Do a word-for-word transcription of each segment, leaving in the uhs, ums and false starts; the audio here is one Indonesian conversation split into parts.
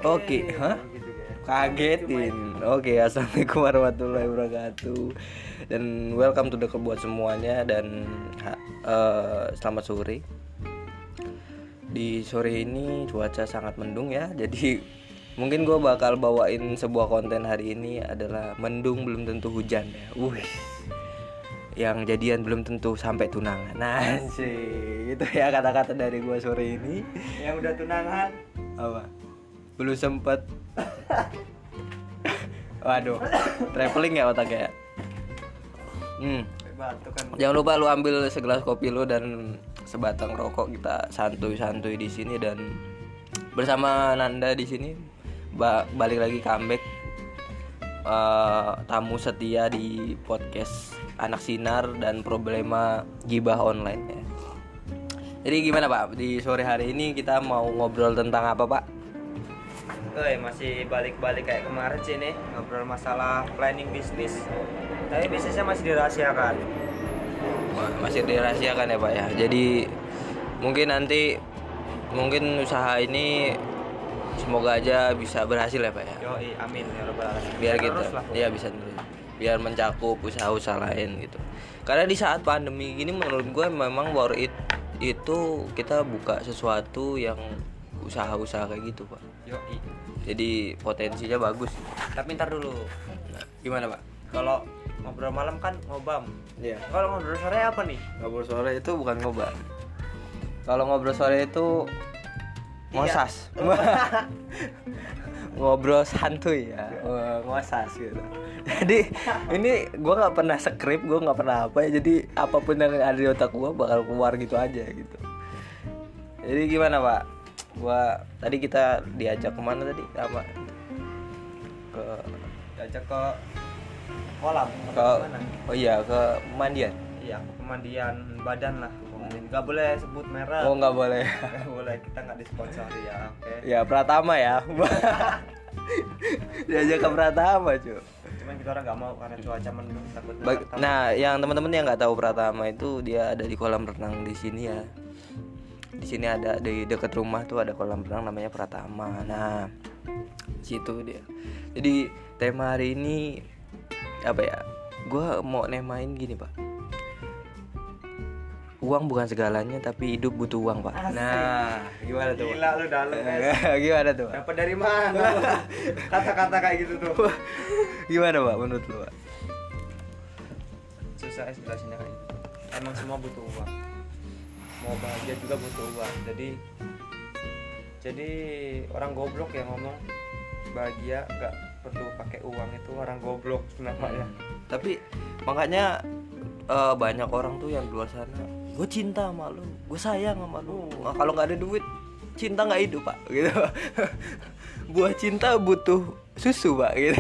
Oke, hah? Gitu kan. Kagetin. Oke, assalamualaikum warahmatullahi wabarakatuh. Dan welcome to the club buat semuanya dan uh, selamat sore. Di sore ini cuaca sangat mendung ya. Jadi mungkin gue bakal bawain sebuah konten hari ini adalah mendung belum tentu hujan ya. Wih. Yang jadian belum tentu sampai tunangan. Nah sih, itu ya kata-kata dari gue sore ini. Yang udah tunangan Apa? Belum sempet. Waduh, traveling ya otaknya ya. Hmm. batuk kan. Jangan lupa lu ambil segelas kopi lu dan sebatang rokok, kita santuy-santuy di sini dan bersama Nanda di sini ba- balik lagi comeback uh, tamu setia di podcast Anak Sinar dan Problema Gibah Online ya. Jadi gimana Pak? Di sore hari ini kita mau ngobrol tentang apa Pak? Oke, masih balik-balik kayak kemarin sih nih, ngobrol masalah planning bisnis. Tapi bisnisnya masih dirahasiakan. Masih dirahasiakan ya Pak ya. Jadi mungkin nanti mungkin usaha ini semoga aja bisa berhasil ya Pak ya. Yoi, amin ya rabbal alamin. Biar kita Terus lah. ya bisa terus. Biar mencakup usaha-usaha lain gitu. Karena di saat pandemi gini menurut gue memang worth it itu kita buka sesuatu yang usaha-usaha kayak gitu Pak. Yoi. Jadi potensinya bagus. Tapi ntar dulu. Nah, gimana Pak? Kalau ngobrol malam kan ngobam. Iya. Kalau ngobrol sore apa nih? Ngobrol sore itu bukan ngobam. Kalau ngobrol sore itu ngosas. Ngobrol santuy ya, ngosas gitu. Jadi ini gue nggak pernah skrip, gue nggak pernah apa ya. Jadi apapun yang ada di otak gue bakal keluar gitu aja gitu. Jadi gimana Pak? Gua tadi kita diajak kemana tadi? Sama ke Diajak ke kolam. ke Mana? oh iya ke mandian. Iya, ke pemandian badan lah. Nggak boleh sebut merek. Oh nggak boleh. Nggak boleh, kita nggak disponsori ya. Oke. Ya Pratama ya. Diajak ke Pratama cuy. Cuman kita orang nggak mau karena cuaca mendung takut. Bag- nah, yang teman-teman yang nggak tahu Pratama itu dia ada di kolam renang di sini ya. Di sini ada di dekat rumah tuh ada kolam renang namanya Pratama. Nah, situ dia. Jadi tema hari ini apa ya? Gua mau nemain gini, Pak. Uang bukan segalanya tapi hidup butuh uang, Pak. Asik. Nah, gimana tuh? Gila lu dalam guys. Gimana tuh, Pak? Dapat dari mana? Kata-kata kayak gitu tuh. Gimana, Pak, menurut lu, Pak? Susah es jelasinnya kayak gitu. Emang semua butuh uang. Mau bahagia juga butuh uang. Jadi jadi orang goblok yang ngomong bahagia nggak perlu pakai uang itu orang goblok sebenarnya. Hmm. Tapi makanya uh, banyak orang tuh yang di luar sana, gue cinta sama lu, gue sayang sama lu. Nah, kalau nggak ada duit, cinta nggak hidup Pak, gitu. Buah cinta butuh susu Pak, gitu.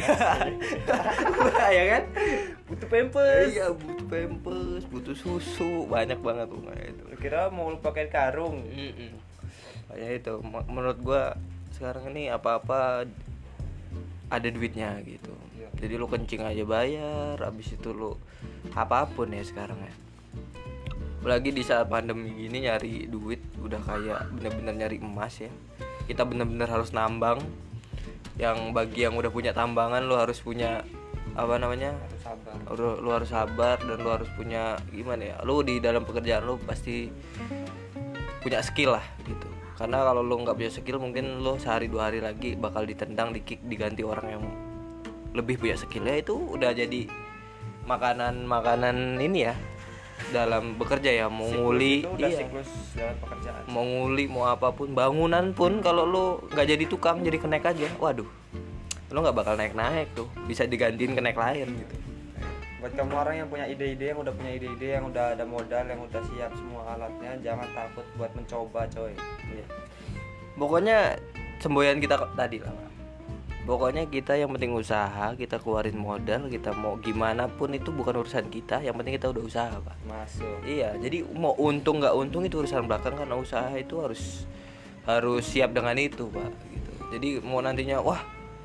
Ya kan? Butuh pampers. Iya, butuh pampers, butuh susu, banyak banget tuh kayak itu. Lu kira mau lu pakai karung? Mm-mm. Kayak itu, M- menurut gue sekarang ini apa-apa ada duitnya gitu. Iya. Jadi lu kencing aja bayar, habis itu lu apapun ya sekarang ya. Apalagi di saat pandemi gini nyari duit udah kayak bener-bener nyari emas ya. Kita bener-bener harus nambang. Yang bagi yang udah punya tambangan lu harus punya apa namanya? Harus sabar. Lu, lu harus sabar dan lu harus punya gimana ya? Lu di dalam pekerjaan lu pasti punya skill lah gitu. Karena kalau lu nggak punya skill mungkin lu sehari dua hari lagi bakal ditendang, di kick, diganti orang yang lebih punya skillnya. Itu udah jadi makanan-makanan ini ya dalam bekerja ya. Mau Siklus nguli itu udah iya. siklus dalam pekerjaan. Mau nguli mau apapun, bangunan pun kalau lu nggak jadi tukang jadi kenek aja, waduh lu nggak bakal naik-naik tuh, bisa digantiin kenek lain gitu. Buat kamu orang yang punya ide-ide, yang udah punya ide-ide, yang udah ada modal, yang udah siap semua alatnya, jangan takut buat mencoba coy. Iya. Pokoknya semboyan kita tadi lah. Pokoknya kita yang penting usaha, kita keluarin modal, kita mau gimana pun itu bukan urusan kita, yang penting kita udah usaha Pak. Masuk. Iya, jadi mau untung nggak untung itu urusan belakang, karena usaha itu harus harus siap dengan itu Pak. Gitu. Jadi mau nantinya wah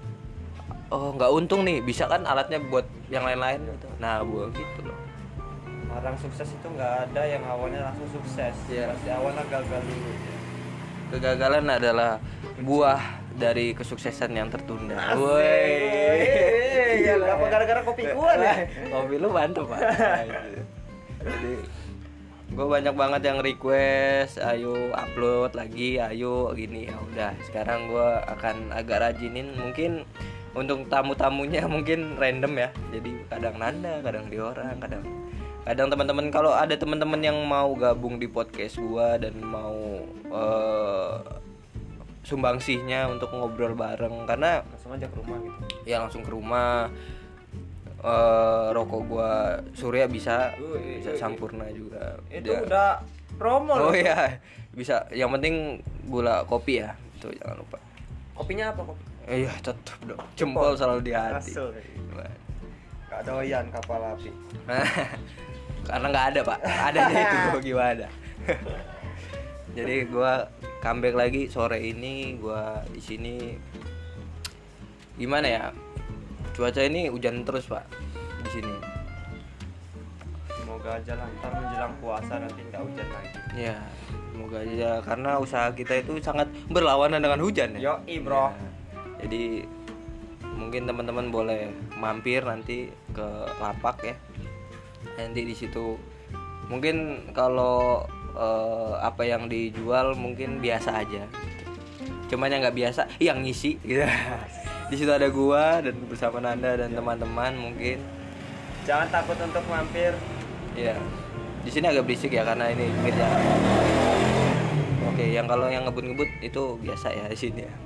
oh nggak untung nih, bisa kan alatnya buat yang lain-lain gitu. Nah buat gitu loh. Orang sukses itu nggak ada yang awalnya langsung sukses. Iya. Pasti awalnya gagal dulu. Kegagalan adalah buah dari kesuksesan yang tertunda. Asik. Woi. Ya, apa gara-gara kopi gua nih? Kopi lu mantap, Pak. Jadi gue banyak banget yang request, ayo upload lagi, ayo gini. Ya udah, sekarang gue akan agak rajinin. Mungkin untuk tamu-tamunya mungkin random ya. Jadi kadang Nanda, kadang Diorang, kadang kadang teman-teman. Kalau ada teman-teman yang mau gabung di podcast gue dan mau uh, sumbangsihnya untuk ngobrol bareng, karena Langsung aja ke rumah gitu. ya langsung ke rumah. Uh, rokok gua Surya bisa, Ui, bisa ui, Sampurna juga. Itu Dia- udah promo Oh loh. iya, bisa. Yang penting gula kopi ya, itu jangan lupa. Kopinya apa kopi? Eh, Iya, tetap dong. Jempol selalu di hati. Asal. Gak doyan kapal api. Karena nggak ada, Pak. Adanya itu gimana? Jadi gua comeback lagi sore ini. Gua di sini gimana ya? Cuaca ini hujan terus, Pak, di sini. Semoga aja lah ntar menjelang puasa nanti nggak hujan lagi. Ya, semoga aja karena usaha kita itu sangat berlawanan dengan hujan ya. Yoi bro. Ya, jadi mungkin teman-teman boleh mampir nanti ke lapak ya. Nanti di situ mungkin kalau eh, apa yang dijual mungkin biasa aja. Cuman yang nggak biasa, yang ngisi gitu. Di situ ada gua dan bersama Nanda dan teman-teman mungkin. Jangan takut untuk mampir. Ya, di sini agak berisik ya karena ini pinggir jalan. Oke, yang kalau yang ngebut-ngebut itu biasa ya di sini ya.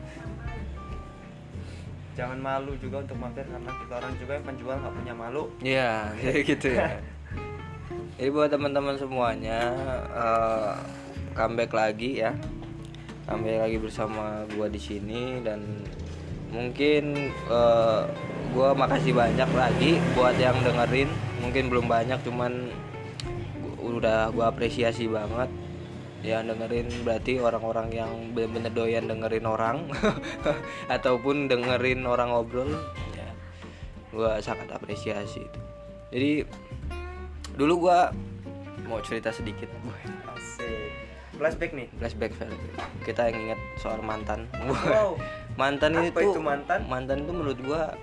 Jangan malu juga untuk mampir karena kita orang juga yang penjual nggak punya malu. Iya, kayak gitu ya. Jadi buat teman-teman semuanya, uh, comeback lagi ya, comeback lagi bersama gua di sini dan mungkin uh, gua makasih banyak lagi buat yang dengerin. Mungkin belum banyak, cuman gua, udah gua apresiasi banget yang dengerin. Berarti orang-orang yang bener-bener doyan dengerin orang ataupun dengerin orang ngobrol ya, gua sangat apresiasi itu. Jadi dulu gua mau cerita sedikit. Asik. Flashback nih. Flashback, kita yang ingat soal mantan. Wow. Mantan Apa itu, itu mantan? mantan itu menurut gua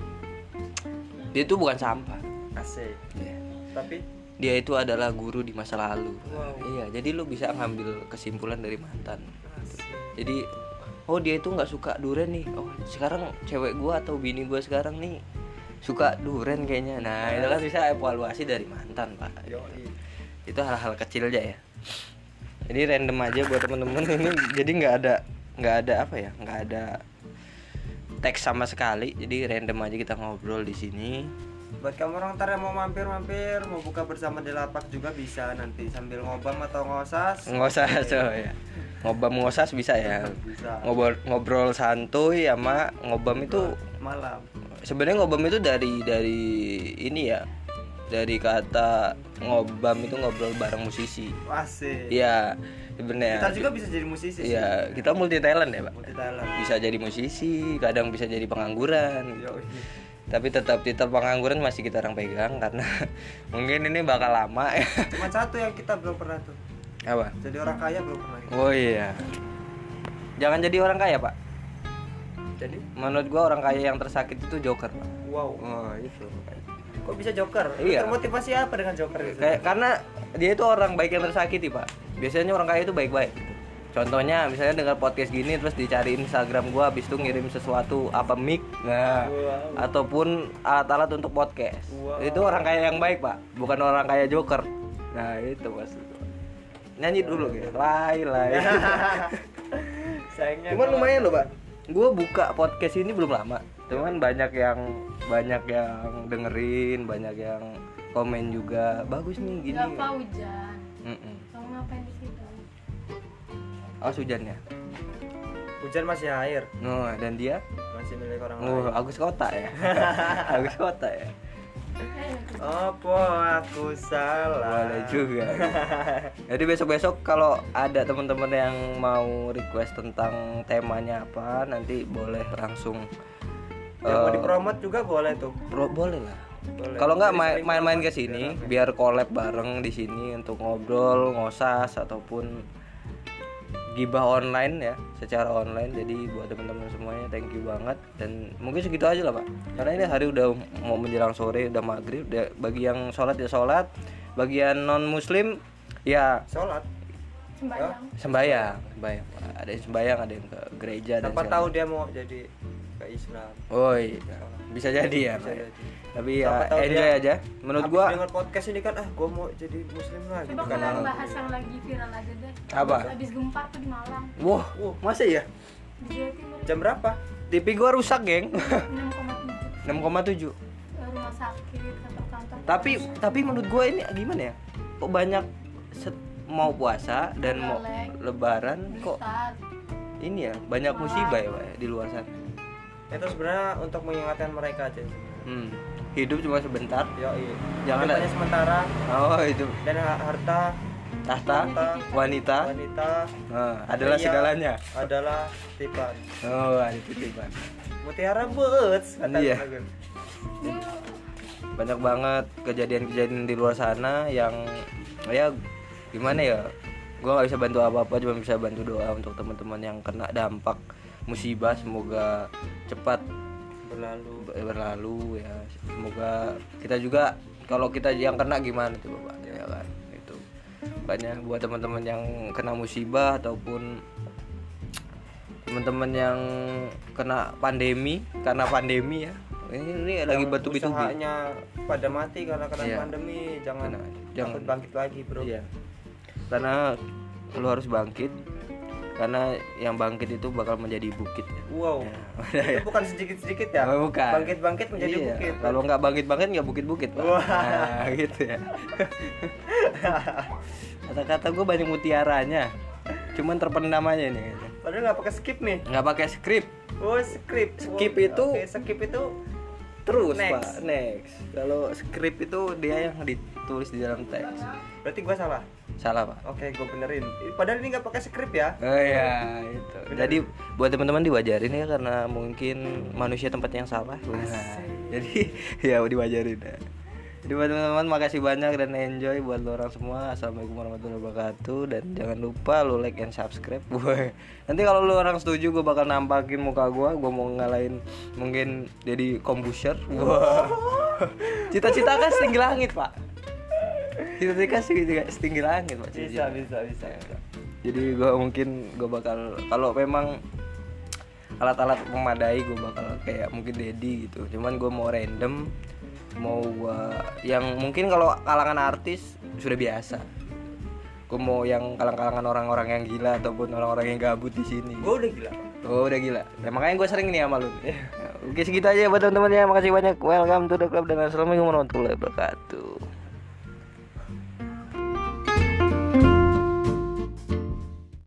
dia itu bukan sampah. Asik. Ya. Tapi Dia itu adalah guru di masa lalu. Wow. Iya, jadi lu bisa ngambil kesimpulan dari mantan. asik. Jadi oh dia itu nggak suka durian nih. Oh sekarang cewek gua atau bini gua sekarang nih suka durian kayaknya. Nah itu kan bisa evaluasi dari mantan, Pak. Yoi. Itu hal-hal kecil aja ya. Jadi random aja buat temen-temen ini. Jadi nggak ada nggak ada apa ya, nggak ada teks sama sekali. Jadi random aja kita ngobrol di sini. Buat kamu orang ntar yang mau mampir-mampir, mau buka bersama di lapak juga bisa nanti sambil ngobam atau ngosas. Ngosas so ya. Ngobam ngosas bisa ya. Bisa. Ngobrol ngobrol santuy sama ngobam itu Malam. sebenarnya ngobam itu dari dari ini ya. Dari kata ngobam itu ngobrol bareng musisi. Asik. Iya, sebenarnya. Kita juga bisa jadi musisi sih. Iya, kita multi talent ya, Pak. Multi talent. Bisa jadi musisi, kadang bisa jadi pengangguran. Yoi. Tapi tetap titel pengangguran masih kita orang pegang karena mungkin ini bakal lama ya. Cuma satu yang kita belum pernah tuh. Apa? Jadi orang kaya belum pernah. Gitu. Oh iya. Jangan jadi orang kaya, Pak. Jadi Menurut gua orang kaya yang tersakit itu joker, Pak. wow. Oh, itu. Kok bisa joker? Lu Iya. termotivasi apa dengan joker gitu? Kayak karena dia itu orang baik yang tersakiti, Pak. Biasanya orang kaya itu baik-baik. Contohnya misalnya dengar podcast gini terus dicariin Instagram gua habis itu ngirim sesuatu apa mic. Nah, Wow. ataupun alat-alat untuk podcast. Wow. Itu orang kaya yang baik, Pak. Bukan orang kaya joker. Nah, itu maksud gua. Nyanyi dulu gitu. Lai lai. Sayangnya Cuman gua- lumayan loh, Pak. Gua buka podcast ini belum lama. Cuman banyak yang banyak yang dengerin, banyak yang komen juga. Bagus nih gini. Gak hujan. Mm-mm. Kamu ngapain di situ? Awas hujan ya. Hujan masih air, No, dan dia masih milik orang Oh, lain. Agus Kota ya. Agus Kota ya. Eh, Apa aku salah? Boleh juga. Jadi besok-besok kalau ada teman-teman yang mau request tentang temanya apa, nanti boleh langsung Yang mau eh, dipromot juga boleh tuh. Bro, boleh lah. Boleh. Kalau nggak Jadi main- sering main-main ke promote sini biar rame. biar collab bareng di sini untuk ngobrol, ngosas ataupun gibah online ya, secara online. Jadi buat teman-teman semuanya thank you banget, dan mungkin segitu aja lah Pak, karena ini hari udah mau menjelang sore, udah maghrib, udah, bagi yang sholat ya sholat, bagi yang non muslim ya Sholat. Sembayang. sembayang, sembayang Pak. Ada yang sembayang, ada yang ke gereja dan Siapa segala tahu macam. dia mau jadi ke Islam. Oh iya, bisa jadi ya Bisa Pak. jadi. Tapi Siapa ya tahu enjoy dia aja. Menurut Habis gua dengar podcast ini kan, ah gua mau jadi muslim lah gitu Coba kan. kalian bahas yang lagi viral aja deh. Apa? Habis gempa tuh di Malang, wah, Wah, masa ya? di Jawa Timur. jam berapa? T V gua rusak, geng. enam koma tujuh. enam koma tujuh. Rumah sakit, kantor-kantor. Tapi tapi menurut gue ini gimana ya? Kok banyak set, mau puasa dan mau lebaran kok Start. ini ya banyak musibah ya Pak ya, di luar sana. Itu sebenarnya untuk mengingatkan mereka aja. Hmm. Hidup cuma sebentar. Yo, iya. Jangan Hanya ada- sementara Oh itu dan ha- harta tahta, wanita, wanita nah, adalah pria segalanya. adalah titipan. Oh ada titipan. Mutiara beuts kata Iya. lagu. Banyak banget kejadian-kejadian di luar sana yang ya gimana ya? Gua nggak bisa bantu apa-apa, cuma bisa bantu doa untuk teman-teman yang kena dampak musibah, semoga cepat Berlalu. berlalu ya. Semoga kita juga, kalau kita yang kena gimana tuh Bapak ya kan, itu banyak buat teman-teman yang kena musibah ataupun teman-teman yang kena pandemi, karena pandemi ya ini, ini lagi Yang batu-batu usahanya pada mati karena kena Iya. pandemi, jangan Jangan- takut jangan. bangkit lagi bro. iya, karena lu harus bangkit, karena yang bangkit itu bakal menjadi bukit ya. Wow, Ya, itu bukan sedikit-sedikit ya? Oh, bukan. Bangkit-bangkit menjadi Iya, bukit. kalau nggak bangkit-bangkit nggak bukit-bukit Pak. Wah. Nah, gitu ya. Kata-kata gue banyak mutiaranya, cuman terpendam aja nih. Padahal nggak pakai skip nih. Nggak pakai skrip, Oh, skip. Skip Oh, itu- oke, skip itu terus Next. Pak. Next. Kalau skrip itu dia yang ditulis di dalam teks. berarti gua salah. Salah Pak. Oke, gua benerin. Padahal ini nggak pakai skrip ya. Oh iya itu. Jadi buat teman-teman diwajarin ya, karena mungkin manusia tempat yang salah. Nah, jadi ya diwajarin ya. Jadi buat teman-teman makasih banyak dan enjoy buat lo orang semua. Assalamualaikum warahmatullahi wabarakatuh, dan jangan lupa lo like and subscribe. Boy. Nanti kalau lo orang setuju gue bakal nampakin muka gue. Gue mau ngalahin mungkin jadi Kombusher. Wah. Cita-cita kan setinggi langit Pak. Cita-cita setinggi, setinggi langit Pak. Bisa, bisa, bisa. Jadi gue mungkin gue bakal, kalau memang alat-alat memadai gue bakal kayak mungkin Dedi gitu. Cuman gue mau random, mau gue yang mungkin kalau kalangan artis sudah biasa. Gue mau yang kalang-kalangan orang-orang yang gila ataupun orang-orang yang gabut di sini. Gua udah gila. Oh udah gila. Nah, makanya gue sering nih sama lu. Oke segitu aja buat teman-teman ya. Makasih banyak. Welcome to the club dan assalamualaikum warahmatullahi wabarakatuh.